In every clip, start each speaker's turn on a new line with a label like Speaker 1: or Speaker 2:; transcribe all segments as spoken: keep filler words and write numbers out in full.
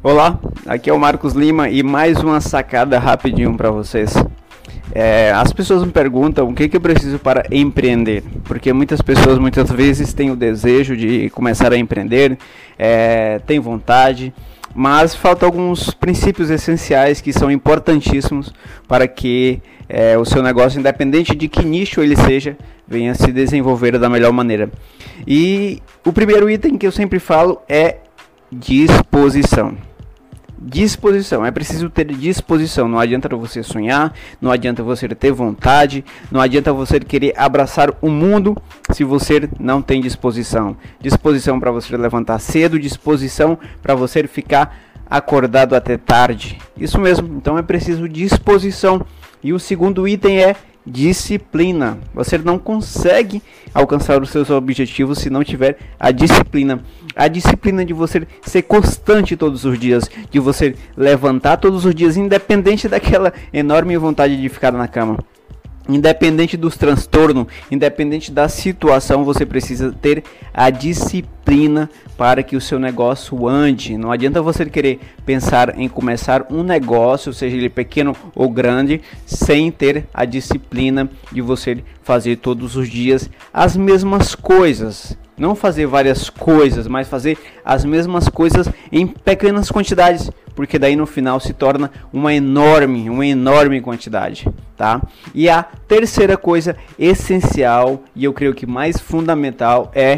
Speaker 1: Olá, aqui é o Marcos Lima e mais uma sacada rapidinho para vocês. É, as pessoas me perguntam o que, que eu preciso para empreender, porque muitas pessoas muitas vezes têm o desejo de começar a empreender, é, têm vontade, mas faltam alguns princípios essenciais que são importantíssimos para que é, o seu negócio, independente de que nicho ele seja, venha se desenvolver da melhor maneira. E o primeiro item que eu sempre falo é disposição. Disposição, é preciso ter disposição. Não adianta você sonhar, não adianta você ter vontade, não adianta você querer abraçar o mundo se você não tem disposição. Disposição para você levantar cedo, disposição para você ficar acordado até tarde. Isso mesmo, então é preciso disposição. E o segundo item é disciplina. Você não consegue alcançar os seus objetivos se não tiver a disciplina. A disciplina de você ser constante todos os dias, de você levantar todos os dias, independente daquela enorme vontade de ficar na cama. Independente dos transtornos, independente da situação, você precisa ter a disciplina para que o seu negócio ande. Não adianta você querer pensar em começar um negócio, seja ele pequeno ou grande, sem ter a disciplina de você fazer todos os dias as mesmas coisas. Não fazer várias coisas, mas fazer as mesmas coisas em pequenas quantidades, porque daí no final se torna uma enorme, uma enorme quantidade, tá? E a terceira coisa essencial, e eu creio que mais fundamental, é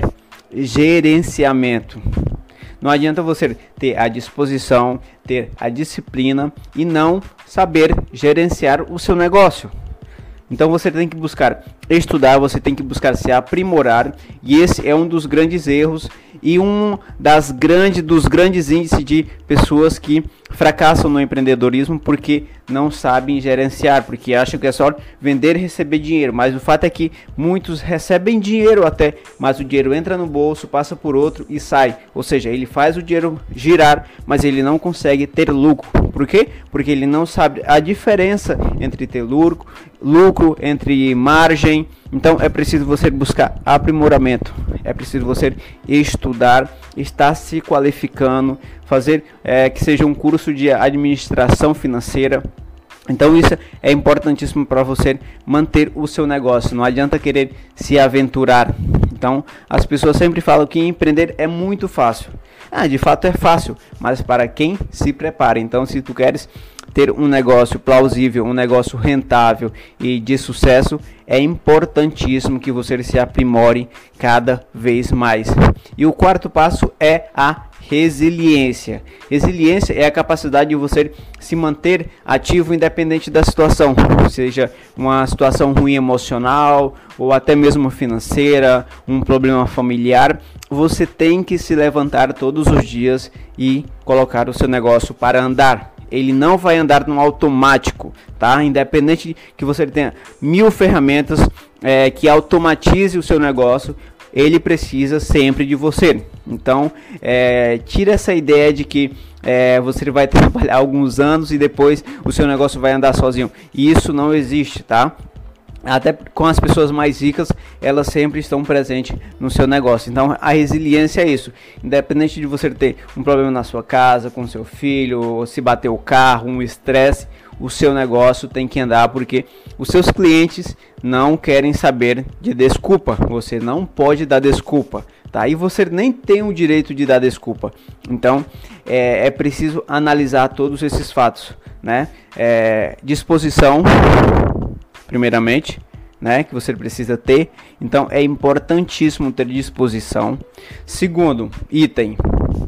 Speaker 1: gerenciamento. Não adianta você ter a disposição, ter a disciplina e não saber gerenciar o seu negócio. Então você tem que buscar estudar, você tem que buscar se aprimorar, e esse é um dos grandes erros e um das grandes, dos grandes índices de pessoas que fracassam no empreendedorismo porque não sabem gerenciar, porque acham que é só vender e receber dinheiro, mas o fato é que muitos recebem dinheiro até, mas o dinheiro entra no bolso, passa por outro e sai, ou seja, ele faz o dinheiro girar, mas ele não consegue ter lucro. Por quê? Porque ele não sabe a diferença entre ter lucro, lucro entre margem. Então é preciso você buscar aprimoramento, é preciso você estudar, estar se qualificando, fazer é, que seja um curso de administração financeira. Então isso é importantíssimo para você manter o seu negócio. Não adianta querer se aventurar. Então as pessoas sempre falam que empreender é muito fácil. Ah, de fato é fácil, mas para quem se prepara. Então se tu queres ter um negócio plausível, um negócio rentável e de sucesso, é importantíssimo que você se aprimore cada vez mais. E o quarto passo é a resiliência. Resiliência é a capacidade de você se manter ativo independente da situação, seja uma situação ruim emocional ou até mesmo financeira, um problema familiar. Você tem que se levantar todos os dias e colocar o seu negócio para andar. Ele não vai andar no automático, tá? Independente de que você tenha mil ferramentas é, que automatize o seu negócio, ele precisa sempre de você. Então, é, tira essa ideia de que é, você vai trabalhar alguns anos e depois o seu negócio vai andar sozinho. Isso não existe, tá? Até com as pessoas mais ricas, elas sempre estão presentes no seu negócio. Então a resiliência é isso. Independente de você ter um problema na sua casa, com seu filho, ou se bater o carro, um estresse, o seu negócio tem que andar, porque os seus clientes não querem saber de desculpa. Você não pode dar desculpa, tá? E você nem tem o direito de dar desculpa. Então é, é preciso analisar todos esses fatos, né? É, disposição, primeiramente, né, que você precisa ter. Então é importantíssimo ter disposição. Segundo item,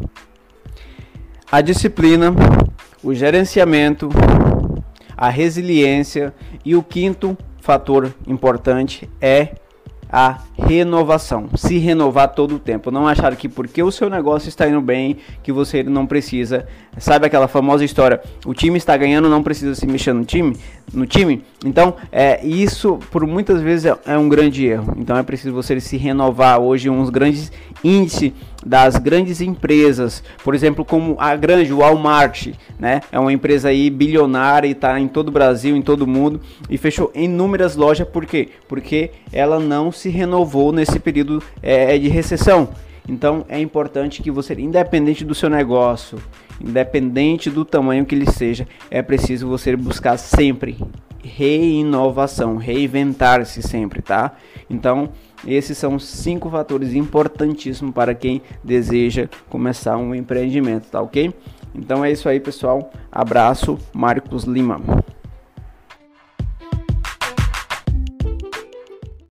Speaker 1: a disciplina, o gerenciamento, a resiliência, e o quinto fator importante é a renovação. Se renovar todo o tempo. Não achar que porque o seu negócio está indo bem, que você não precisa. Sabe aquela famosa história, o time está ganhando, não precisa se mexer no time, no time? Então, é, isso por muitas vezes é, é um grande erro. Então é preciso você se renovar. Hoje um dos grandes índices das grandes empresas, por exemplo, como a grande Walmart, né? É uma empresa aí bilionária e está em todo o Brasil, em todo o mundo, e fechou inúmeras lojas. Por quê? Porque ela não se renovou nesse período é, de recessão. Então é importante que você, independente do seu negócio, independente do tamanho que ele seja, é preciso você buscar sempre reinovação, reinventar-se sempre, tá? Então esses são cinco fatores importantíssimos para quem deseja começar um empreendimento, tá ok? Então é isso aí, pessoal. Abraço, Marcos Lima.